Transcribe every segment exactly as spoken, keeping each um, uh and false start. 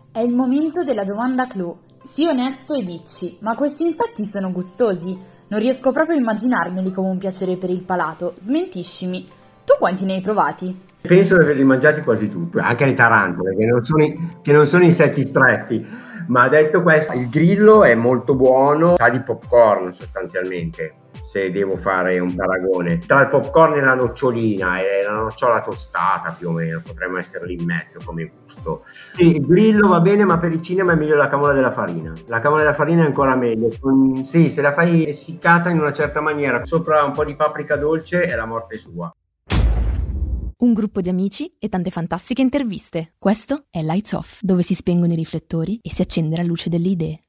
È il momento della domanda clou. Sii onesto e dici, ma questi insetti sono gustosi? Non riesco proprio a immaginarmeli come un piacere per il palato. Smentiscimi. Tu quanti ne hai provati? Penso di averli mangiati quasi tutti, anche le tarantole, che non sono, che non sono insetti stretti. Ma detto questo, il grillo è molto buono, sa di popcorn sostanzialmente, se devo fare un paragone. Tra il popcorn e la nocciolina, e la nocciola tostata più o meno, potremmo essere lì in mezzo come gusto. Sì, il grillo va bene, ma per il cinema è meglio la camola della farina. La camola della farina è ancora meglio. Con, sì, se la fai essiccata in una certa maniera, sopra un po' di paprika dolce, è la morte sua. Un gruppo di amici e tante fantastiche interviste. Questo è Lights Off, dove si spengono i riflettori e si accende la luce delle idee.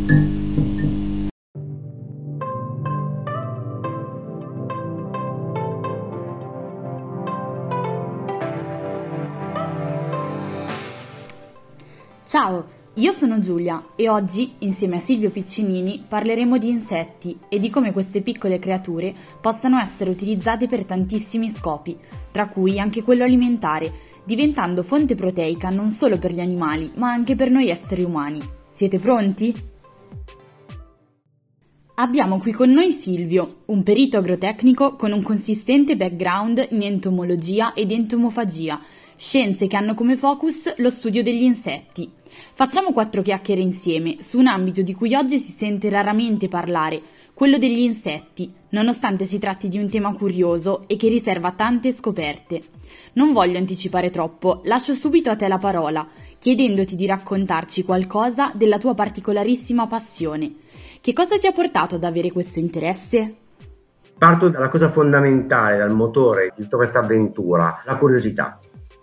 Ciao, io sono Giulia e oggi, insieme a Silvio Piccinini, parleremo di insetti e di come queste piccole creature possano essere utilizzate per tantissimi scopi, tra cui anche quello alimentare, diventando fonte proteica non solo per gli animali, ma anche per noi esseri umani. Siete pronti? Abbiamo qui con noi Silvio, un perito agrotecnico con un consistente background in entomologia ed entomofagia, scienze che hanno come focus lo studio degli insetti. Facciamo quattro chiacchiere insieme su un ambito di cui oggi si sente raramente parlare, quello degli insetti, nonostante si tratti di un tema curioso e che riserva tante scoperte. Non voglio anticipare troppo, lascio subito a te la parola, chiedendoti di raccontarci qualcosa della tua particolarissima passione. Che cosa ti ha portato ad avere questo interesse? Parto dalla cosa fondamentale, dal motore di tutta questa avventura, la curiosità.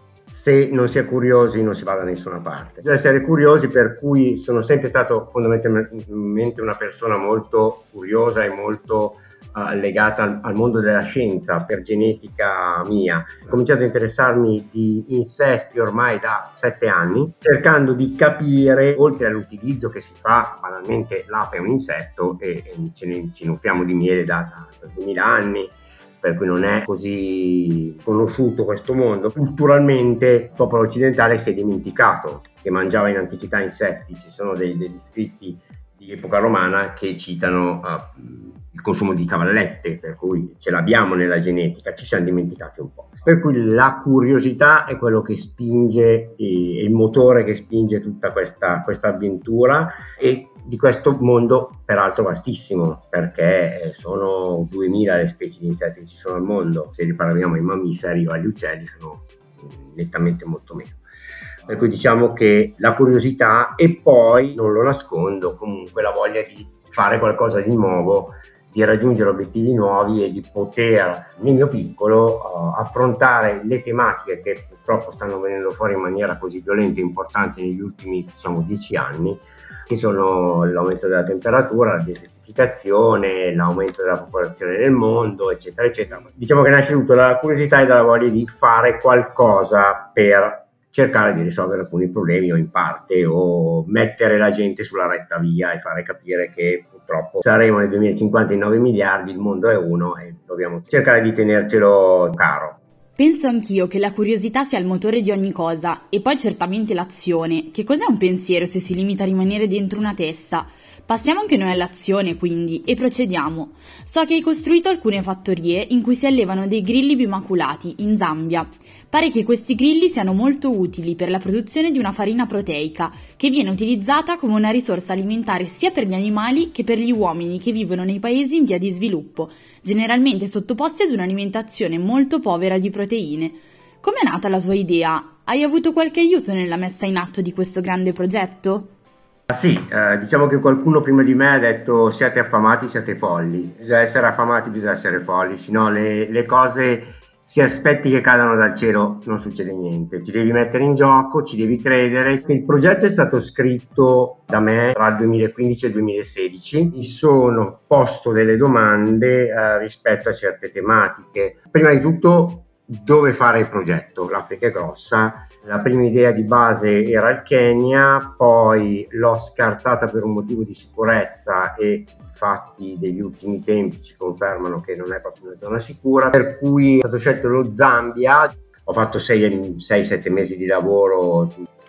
Se non si è curiosi non si va da nessuna parte. Bisogna essere curiosi, per cui sono sempre stato fondamentalmente una persona molto curiosa e molto uh, legata al, al mondo della scienza per genetica mia. Ho cominciato a interessarmi di insetti ormai da sette anni, cercando di capire, oltre all'utilizzo che si fa, banalmente l'ape è un insetto e, e ce ne, ci nutriamo di miele da, da, da duemila anni, per cui non è così conosciuto questo mondo. Culturalmente il popolo occidentale si è dimenticato che mangiava in antichità insetti. Ci sono dei, degli scritti di epoca romana che citano uh, il consumo di cavallette, per cui ce l'abbiamo nella genetica, ci siamo dimenticati un po'. Per cui la curiosità è quello che spinge, è il motore che spinge tutta questa, questa avventura, e di questo mondo peraltro vastissimo, perché sono duemila le specie di insetti che ci sono al mondo. Se li paragoniamo ai mammiferi o agli uccelli sono nettamente molto meno. Per cui diciamo che la curiosità, e poi, non lo nascondo, comunque la voglia di fare qualcosa di nuovo, di raggiungere obiettivi nuovi e di poter, nel mio piccolo, uh, affrontare le tematiche che purtroppo stanno venendo fuori in maniera così violenta e importante negli ultimi, diciamo, dieci anni, che sono l'aumento della temperatura, la desertificazione, l'aumento della popolazione nel mondo, eccetera, eccetera. Diciamo che nasce tutto dalla curiosità e dalla voglia di fare qualcosa per cercare di risolvere alcuni problemi, o in parte, o mettere la gente sulla retta via e fare capire che purtroppo saremo nel duemilacinquanta in nove miliardi, il mondo è uno e dobbiamo cercare di tenercelo caro. Penso anch'io che la curiosità sia il motore di ogni cosa, e poi certamente l'azione. Che cos'è un pensiero se si limita a rimanere dentro una testa? Passiamo anche noi all'azione, quindi, e procediamo. So che hai costruito alcune fattorie in cui si allevano dei grilli bimaculati, in Zambia. Pare che questi grilli siano molto utili per la produzione di una farina proteica, che viene utilizzata come una risorsa alimentare sia per gli animali che per gli uomini che vivono nei paesi in via di sviluppo, generalmente sottoposti ad un'alimentazione molto povera di proteine. Com'è nata la tua idea? Hai avuto qualche aiuto nella messa in atto di questo grande progetto? Ah, sì, eh, diciamo che qualcuno prima di me ha detto: siate affamati, siate folli. Bisogna essere affamati, bisogna essere folli, sennò le, le cose, se aspetti che cadano dal cielo, non succede niente. Ti devi mettere in gioco, ci devi credere. Il progetto è stato scritto da me tra il duemilaquindici e il duemilasedici. Mi sono posto delle domande eh, rispetto a certe tematiche. Prima di tutto, dove fare il progetto? L'Africa è grossa. La prima idea di base era il Kenya, poi l'ho scartata per un motivo di sicurezza, e i fatti degli ultimi tempi ci confermano che non è proprio una zona sicura, per cui è stato scelto lo Zambia. Ho fatto sei sette mesi di lavoro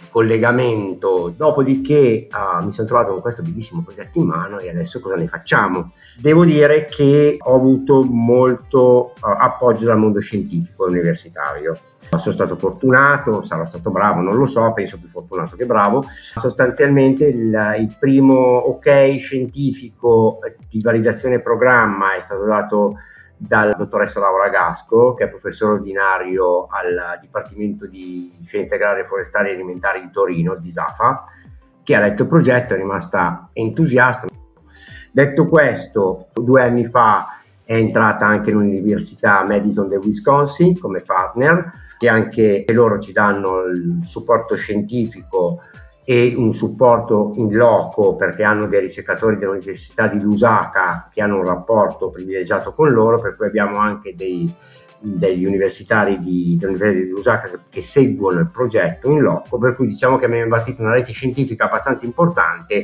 collegamento. Dopodiché uh, mi sono trovato con questo bellissimo progetto in mano e adesso cosa ne facciamo? Devo dire che ho avuto molto uh, appoggio dal mondo scientifico e universitario. Sono stato fortunato, sarò stato bravo, non lo so, penso più fortunato che bravo. Sostanzialmente il, il primo ok scientifico di validazione programma è stato dato dalla dottoressa Laura Gasco, che è professore ordinario al Dipartimento di Scienze Agrarie, Forestali e Alimentari di Torino, il DISAFA, che ha letto il progetto, è rimasta entusiasta. Detto questo, due anni fa è entrata anche l'Università Madison del Wisconsin come partner, che anche loro ci danno il supporto scientifico e un supporto in loco, perché hanno dei ricercatori dell'Università di Lusaka che hanno un rapporto privilegiato con loro, per cui abbiamo anche dei, degli universitari di, dell'Università di Lusaka che, che seguono il progetto in loco, per cui diciamo che abbiamo imbastito una rete scientifica abbastanza importante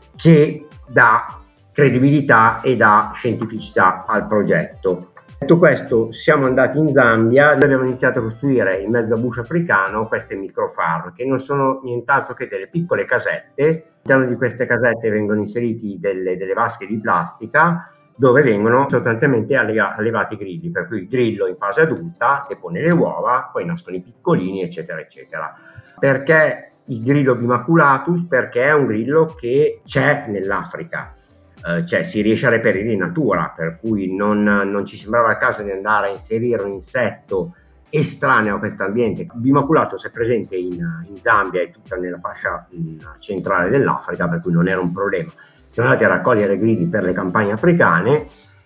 che dà credibilità e dà scientificità al progetto. Detto questo, siamo andati in Zambia dove abbiamo iniziato a costruire in mezzo a bush africano queste microfarm, che non sono nient'altro che delle piccole casette. All'interno di queste casette vengono inseriti delle, delle vasche di plastica dove vengono sostanzialmente allevati i grilli, per cui il grillo in fase adulta depone le uova, poi nascono i piccolini, eccetera eccetera. Perché il grillo bimaculatus? Perché è un grillo che c'è nell'Africa. Uh, cioè si riesce a reperire in natura, per cui non, non ci sembrava il caso di andare a inserire un insetto estraneo a questo ambiente. Il bimaculatus è presente in, in Zambia e tutta nella fascia in, centrale dell'Africa, per cui non era un problema. Siamo andati a raccogliere grilli per le campagne africane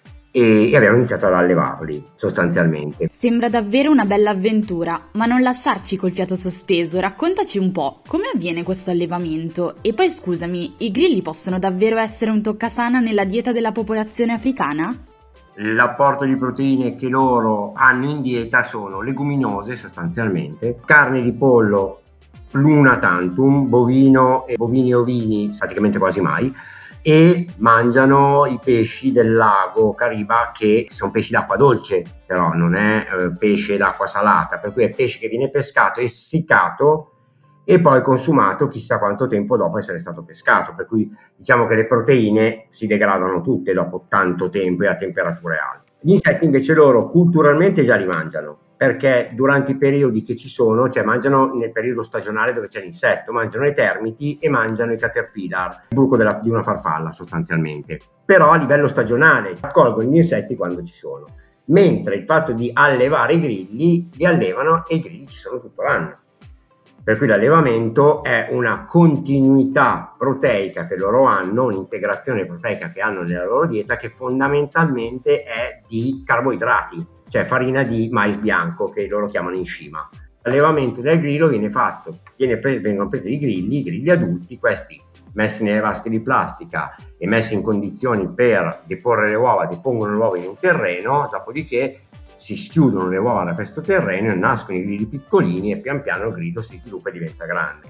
e, e abbiamo iniziato ad allevarli sostanzialmente. Sembra davvero una bella avventura, ma non lasciarci col fiato sospeso, raccontaci un po' come avviene questo allevamento. E poi scusami, i grilli possono davvero essere un toccasana nella dieta della popolazione africana? L'apporto di proteine che loro hanno in dieta sono leguminose sostanzialmente, carne di pollo l'una tantum, bovino e bovini e ovini praticamente quasi mai, e mangiano i pesci del lago Kariba, che sono pesci d'acqua dolce, però non è eh, pesce d'acqua salata, per cui è pesce che viene pescato, essiccato e poi consumato chissà quanto tempo dopo essere stato pescato, per cui diciamo che le proteine si degradano tutte dopo tanto tempo e a temperature alte. Gli insetti invece loro culturalmente già li mangiano, perché durante i periodi che ci sono, cioè mangiano nel periodo stagionale dove c'è l'insetto, mangiano i termiti e mangiano i caterpillar, il bruco della, di una farfalla sostanzialmente. Però a livello stagionale raccolgono gli insetti quando ci sono, mentre il fatto di allevare i grilli, li allevano e i grilli ci sono tutto l'anno. Per cui l'allevamento è una continuità proteica che loro hanno, un'integrazione proteica che hanno nella loro dieta, che fondamentalmente è di carboidrati, cioè farina di mais bianco, che loro chiamano encima. L'allevamento del grillo viene fatto, viene pre- vengono presi i grilli, i grilli adulti, questi messi nelle vasche di plastica e messi in condizioni per deporre le uova, depongono le uova in un terreno, dopodiché si schiudono le uova da questo terreno e nascono i grilli piccolini e pian piano il grillo si sviluppa e diventa grande.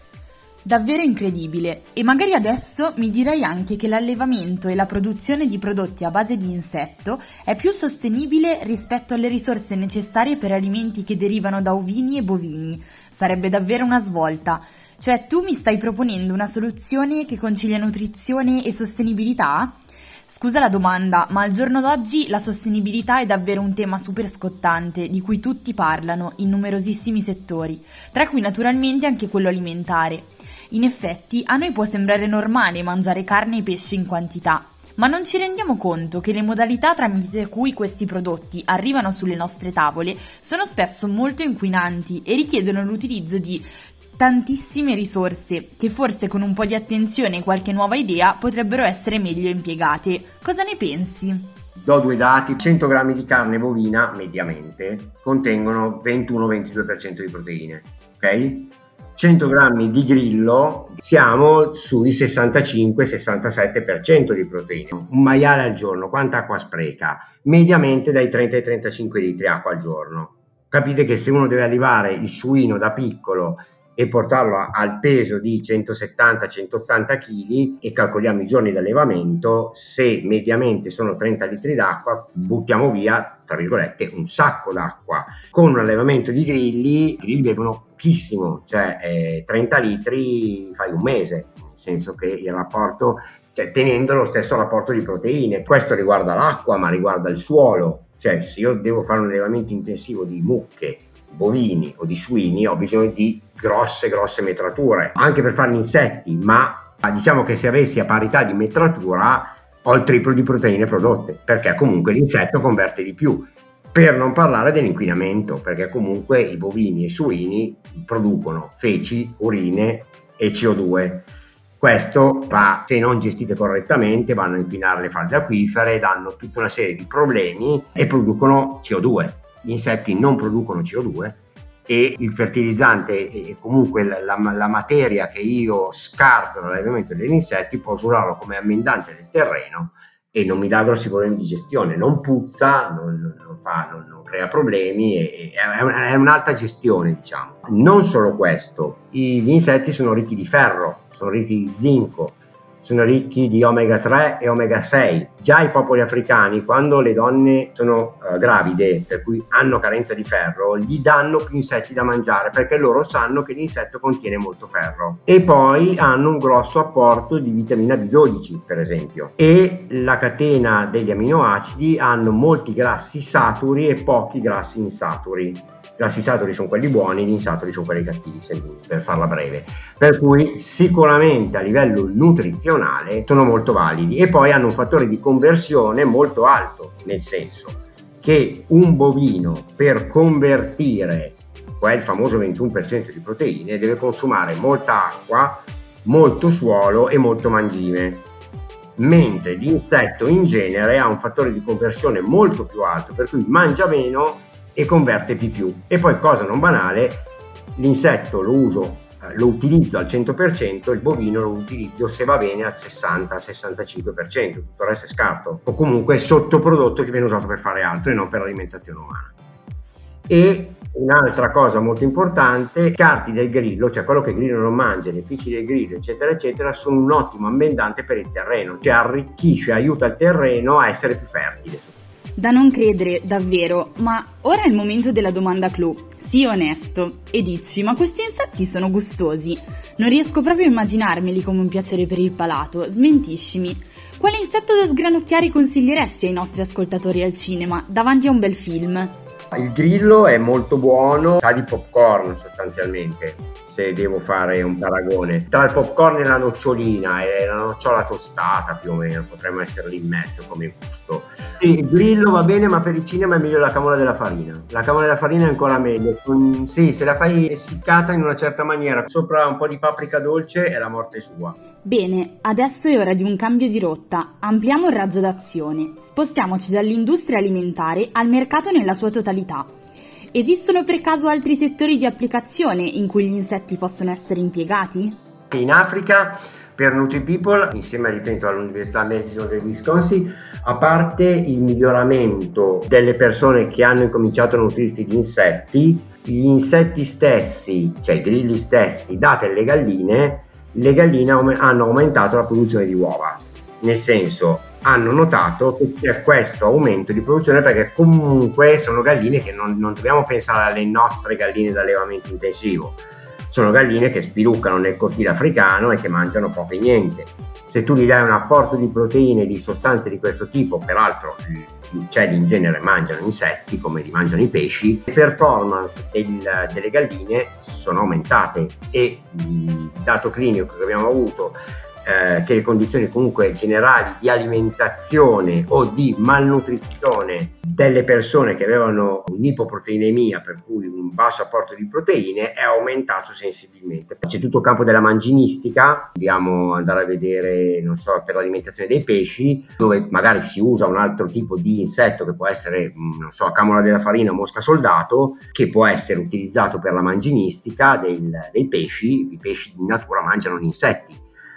Davvero incredibile, e magari adesso mi direi anche che l'allevamento e la produzione di prodotti a base di insetto è più sostenibile rispetto alle risorse necessarie per alimenti che derivano da ovini e bovini. Sarebbe davvero una svolta. Cioè tu mi stai proponendo una soluzione che concilia nutrizione e sostenibilità? Scusa la domanda, ma al giorno d'oggi la sostenibilità è davvero un tema super scottante di cui tutti parlano in numerosissimi settori, tra cui naturalmente anche quello alimentare. In effetti, a noi può sembrare normale mangiare carne e pesce in quantità, ma non ci rendiamo conto che le modalità tramite cui questi prodotti arrivano sulle nostre tavole sono spesso molto inquinanti e richiedono l'utilizzo di tantissime risorse che forse con un po' di attenzione e qualche nuova idea potrebbero essere meglio impiegate. Cosa ne pensi? Do due dati: cento grammi di carne bovina mediamente contengono ventuno ventidue per cento di proteine, ok? cento grammi di grillo siamo sui sessantacinque sessantasette per cento di proteine. Un maiale al giorno quanta acqua spreca? Mediamente dai trenta ai trentacinque litri acqua al giorno. Capite che se uno deve allevare il suino da piccolo e portarlo a, al peso di centosettanta centottanta kg e calcoliamo i giorni di allevamento, se mediamente sono trenta litri d'acqua, buttiamo via, tra virgolette, un sacco d'acqua. Con un allevamento di grilli, i grilli bevono pochissimo, cioè eh, trenta litri fai un mese, nel senso che il rapporto, cioè tenendo lo stesso rapporto di proteine. Questo riguarda l'acqua, ma riguarda il suolo, cioè se io devo fare un allevamento intensivo di mucche, bovini o di suini, ho bisogno di grosse grosse metrature anche per fare gli insetti, ma diciamo che se avessi a parità di metratura ho il triplo di proteine prodotte, perché comunque l'insetto converte di più, per non parlare dell'inquinamento, perché comunque i bovini e i suini producono feci, urine e C O due. Questo va, se non gestite correttamente, vanno a inquinare le falde acquifere, danno tutta una serie di problemi e producono C O due. Gli insetti non producono C O due e il fertilizzante e comunque la, la, la materia che io scarto dall'allevamento degli insetti posso usarlo come ammendante del terreno e non mi dà grossi problemi di gestione, non puzza, non, non, fa, non, non crea problemi, e, e è, una, è un'alta gestione, diciamo. Non solo questo, i, gli insetti sono ricchi di ferro, sono ricchi di zinco, sono ricchi di omega tre e omega sei. Già i popoli africani, quando le donne sono uh, gravide, per cui hanno carenza di ferro, gli danno più insetti da mangiare, perché loro sanno che l'insetto contiene molto ferro. E poi hanno un grosso apporto di vitamina B dodici, per esempio. E la catena degli aminoacidi hanno molti grassi saturi e pochi grassi insaturi. I grassi saturi sono quelli buoni, gli insaturi sono quelli cattivi, per farla breve. Per cui sicuramente a livello nutrizionale sono molto validi e poi hanno un fattore di conversione molto alto, nel senso che un bovino per convertire quel famoso ventuno per cento di proteine deve consumare molta acqua, molto suolo e molto mangime, mentre l'insetto in genere ha un fattore di conversione molto più alto, per cui mangia meno e converte di più. E poi, cosa non banale, l'insetto lo uso, eh, lo utilizzo al cento per cento, il bovino lo utilizzo, se va bene, al sessanta sessantacinque per cento, tutto il resto è scarto o comunque sottoprodotto che viene usato per fare altro e non per l'alimentazione umana. E un'altra cosa molto importante, i carti del grillo, cioè quello che il grillo non mangia, le fici del grillo eccetera eccetera, sono un ottimo ammendante per il terreno, cioè arricchisce, aiuta il terreno a essere più fertile. Da non credere, davvero, ma ora è il momento della domanda clou. Sii onesto e dici: ma questi insetti sono gustosi? Non riesco proprio a immaginarmeli come un piacere per il palato, smentiscimi. Quale insetto da sgranocchiare consiglieresti ai nostri ascoltatori al cinema, davanti a un bel film? Il grillo è molto buono, sa di popcorn sostanzialmente, se devo fare un paragone. Tra il popcorn e la nocciolina e la nocciola tostata più o meno, potremmo essere lì in mezzo come gusto. Sì, il grillo va bene, ma per il cinema è meglio la camola della farina. La camola della farina è ancora meglio. Con, sì, se la fai essiccata in una certa maniera, sopra un po' di paprika dolce, è la morte sua. Bene, adesso è ora di un cambio di rotta. Ampliamo il raggio d'azione. Spostiamoci dall'industria alimentare al mercato nella sua totalità. Esistono per caso altri settori di applicazione in cui gli insetti possono essere impiegati? In Africa, per NutriPeople, insieme ripeto all'Università Madison del Wisconsin, a parte il miglioramento delle persone che hanno incominciato a nutrirsi di insetti, gli insetti stessi, cioè i grilli stessi, date le galline, le galline hanno aumentato la produzione di uova, nel senso hanno notato che c'è questo aumento di produzione, perché comunque sono galline che non, non dobbiamo pensare alle nostre galline d'allevamento intensivo, sono galline che spiluccano nel cortile africano e che mangiano poco e niente. Se tu gli dai un apporto di proteine e di sostanze di questo tipo, peraltro gli uccelli in genere mangiano insetti come li mangiano i pesci, le performance del, delle galline sono aumentate e il dato clinico che abbiamo avuto eh, che le condizioni comunque generali di alimentazione o di malnutrizione delle persone che avevano un'ipoproteinemia, per cui un basso apporto di proteine, è aumentato sensibilmente. C'è tutto il campo della mangimistica, dobbiamo andare a vedere, non so, per l'alimentazione dei pesci, dove magari si usa un altro tipo di insetto che può essere, non so, camola della farina, mosca soldato, che può essere utilizzato per la mangimistica del, dei pesci. I pesci in natura mangiano gli insetti.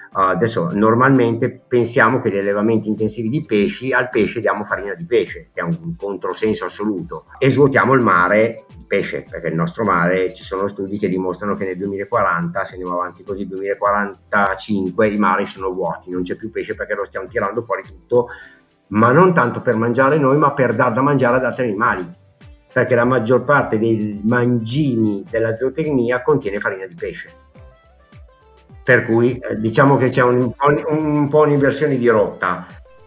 Uh, adesso normalmente pensiamo che gli allevamenti intensivi di pesci, al pesce diamo farina di pesce, che è un, un controsenso assoluto, e svuotiamo il mare di pesce, perché il nostro mare, ci sono studi che dimostrano che nel duemilaquaranta, se andiamo avanti così, duemilaquarantacinque, i mari sono vuoti, non c'è più pesce perché lo stiamo tirando fuori tutto, ma non tanto per mangiare noi, ma per dar da mangiare ad altri animali, perché la maggior parte dei mangimi della zootecnia contiene farina di pesce. Per cui eh, diciamo che c'è un, un, po', un po' un'inversione di rotta.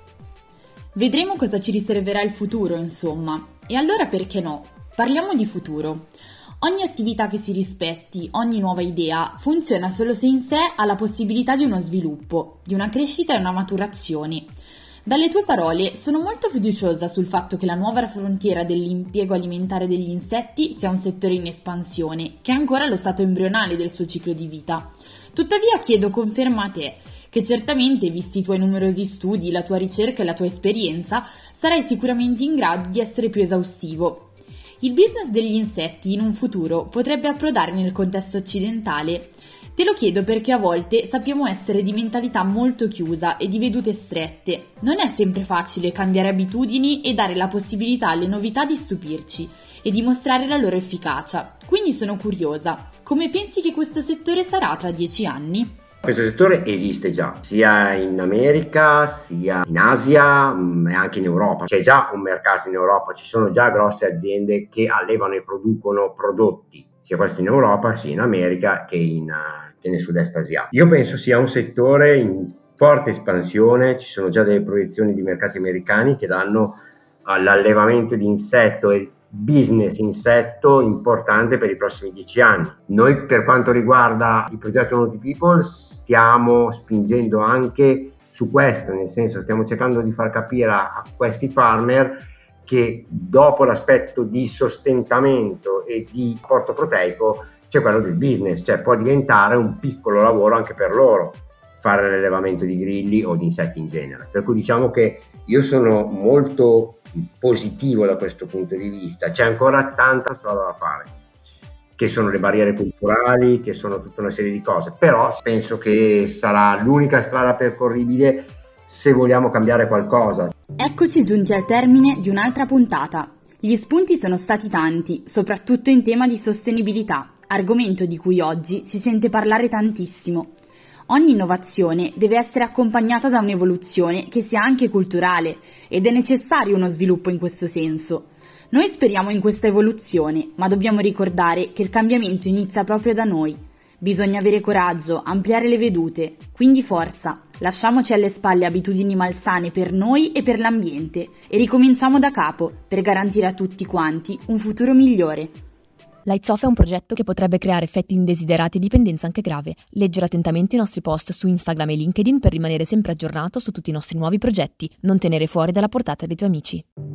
Vedremo cosa ci riserverà il futuro, insomma. E allora perché no? Parliamo di futuro. Ogni attività che si rispetti, ogni nuova idea, funziona solo se in sé ha la possibilità di uno sviluppo, di una crescita e una maturazione. Dalle tue parole sono molto fiduciosa sul fatto che la nuova frontiera dell'impiego alimentare degli insetti sia un settore in espansione, che è ancora allo stato embrionale del suo ciclo di vita. Tuttavia chiedo conferma a te, che certamente, visti i tuoi numerosi studi, la tua ricerca e la tua esperienza, sarai sicuramente in grado di essere più esaustivo. Il business degli insetti in un futuro potrebbe approdare nel contesto occidentale? Te lo chiedo perché a volte sappiamo essere di mentalità molto chiusa e di vedute strette. Non è sempre facile cambiare abitudini e dare la possibilità alle novità di stupirci e dimostrare la loro efficacia. Quindi sono curiosa, come pensi che questo settore sarà tra dieci anni? Questo settore esiste già, sia in America, sia in Asia e anche in Europa. C'è già un mercato in Europa, ci sono già grosse aziende che allevano e producono prodotti, sia questo in Europa, sia in America che, in, che nel sud-est asiatico. Io penso sia un settore in forte espansione, ci sono già delle proiezioni di mercati americani che danno all'allevamento di insetto e business insetto importante per i prossimi dieci anni. Noi, per quanto riguarda il progetto Naughty People, stiamo spingendo anche su questo, nel senso stiamo cercando di far capire a, a questi farmer che dopo l'aspetto di sostentamento e di apporto proteico c'è quello del business, cioè può diventare un piccolo lavoro anche per loro fare l'allevamento di grilli o di insetti in genere. Per cui diciamo che io sono molto positivo da questo punto di vista. C'è ancora tanta strada da fare, che sono le barriere culturali, che sono tutta una serie di cose, però penso che sarà l'unica strada percorribile se vogliamo cambiare qualcosa. Eccoci giunti al termine di un'altra puntata. Gli spunti sono stati tanti, soprattutto in tema di sostenibilità, argomento di cui oggi si sente parlare tantissimo. Ogni innovazione deve essere accompagnata da un'evoluzione che sia anche culturale ed è necessario uno sviluppo in questo senso. Noi speriamo in questa evoluzione, ma dobbiamo ricordare che il cambiamento inizia proprio da noi. Bisogna avere coraggio, ampliare le vedute, quindi forza, lasciamoci alle spalle abitudini malsane per noi e per l'ambiente e ricominciamo da capo per garantire a tutti quanti un futuro migliore. Lights Off è un progetto che potrebbe creare effetti indesiderati e dipendenza anche grave. Leggere attentamente i nostri post su Instagram e LinkedIn per rimanere sempre aggiornato su tutti i nostri nuovi progetti. Non tenere fuori dalla portata dei tuoi amici.